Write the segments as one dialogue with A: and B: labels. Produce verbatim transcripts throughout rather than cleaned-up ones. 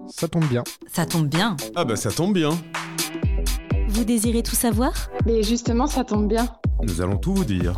A: Ça tombe bien.
B: Ça tombe bien.
C: Ah bah ça tombe bien.
D: Vous désirez tout savoir ?
E: Mais justement, ça tombe bien.
C: Nous allons tout vous dire.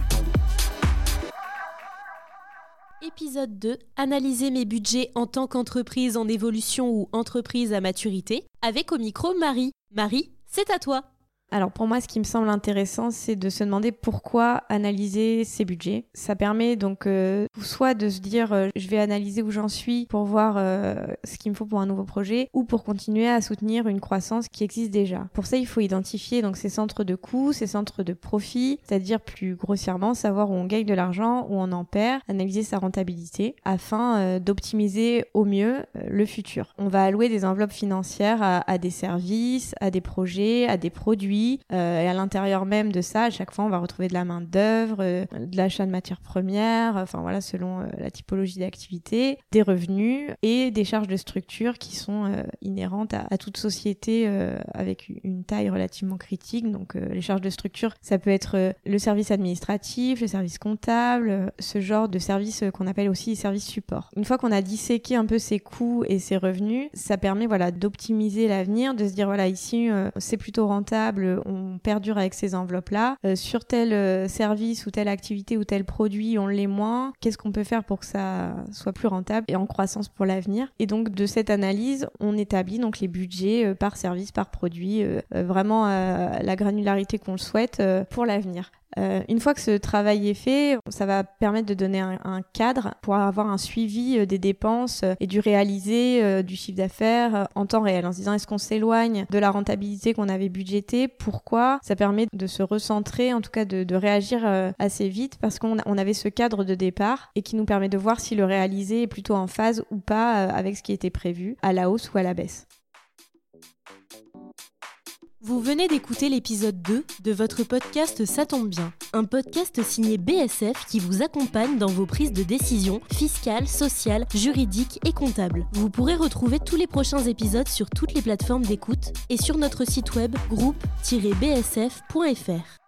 D: Épisode deux. Analyser mes budgets en tant qu'entreprise en évolution ou entreprise à maturité. Avec au micro Marie. Marie, c'est à toi.
F: Alors pour moi, ce qui me semble intéressant, c'est de se demander pourquoi analyser ses budgets. Ça permet donc euh, soit de se dire euh, je vais analyser où j'en suis pour voir euh, ce qu'il me faut pour un nouveau projet, ou pour continuer à soutenir une croissance qui existe déjà. Pour ça, il faut identifier donc ces centres de coûts, ces centres de profit, c'est-à-dire plus grossièrement savoir où on gagne de l'argent, où on en perd, analyser sa rentabilité afin euh, d'optimiser au mieux euh, le futur. On va allouer des enveloppes financières à, à des services, à des projets, à des produits. Euh, et à l'intérieur même de ça, à chaque fois, on va retrouver de la main-d'œuvre, euh, de l'achat de matières premières, enfin voilà, selon euh, la typologie d'activité, des revenus et des charges de structure qui sont euh, inhérentes à, à toute société euh, avec une taille relativement critique. Donc, euh, les charges de structure, ça peut être euh, le service administratif, le service comptable, euh, ce genre de services euh, qu'on appelle aussi les services support. Une fois qu'on a disséqué un peu ces coûts et ces revenus, ça permet voilà d'optimiser l'avenir, de se dire voilà ici euh, c'est plutôt rentable. On perdure avec ces enveloppes-là. Euh, sur tel euh, service ou telle activité ou tel produit, on l'est moins. Qu'est-ce qu'on peut faire pour que ça soit plus rentable et en croissance pour l'avenir ? Et donc, de cette analyse, on établit donc les budgets euh, par service, par produit, euh, euh, vraiment euh, la granularité qu'on le souhaite euh, pour l'avenir. Euh, une fois que ce travail est fait, ça va permettre de donner un, un cadre pour avoir un suivi euh, des dépenses euh, et du réalisé euh, du chiffre d'affaires euh, en temps réel, en se disant est-ce qu'on s'éloigne de la rentabilité qu'on avait budgétée ? Pourquoi ? Ça permet de se recentrer, en tout cas de, de réagir euh, assez vite parce qu'on on avait ce cadre de départ et qui nous permet de voir si le réalisé est plutôt en phase ou pas euh, avec ce qui était prévu, à la hausse ou à la baisse.
D: Vous venez d'écouter l'épisode deux de votre podcast Ça tombe bien, un podcast signé B S F qui vous accompagne dans vos prises de décision fiscales, sociales, juridiques et comptables. Vous pourrez retrouver tous les prochains épisodes sur toutes les plateformes d'écoute et sur notre site web groupe tiret b s f point f r.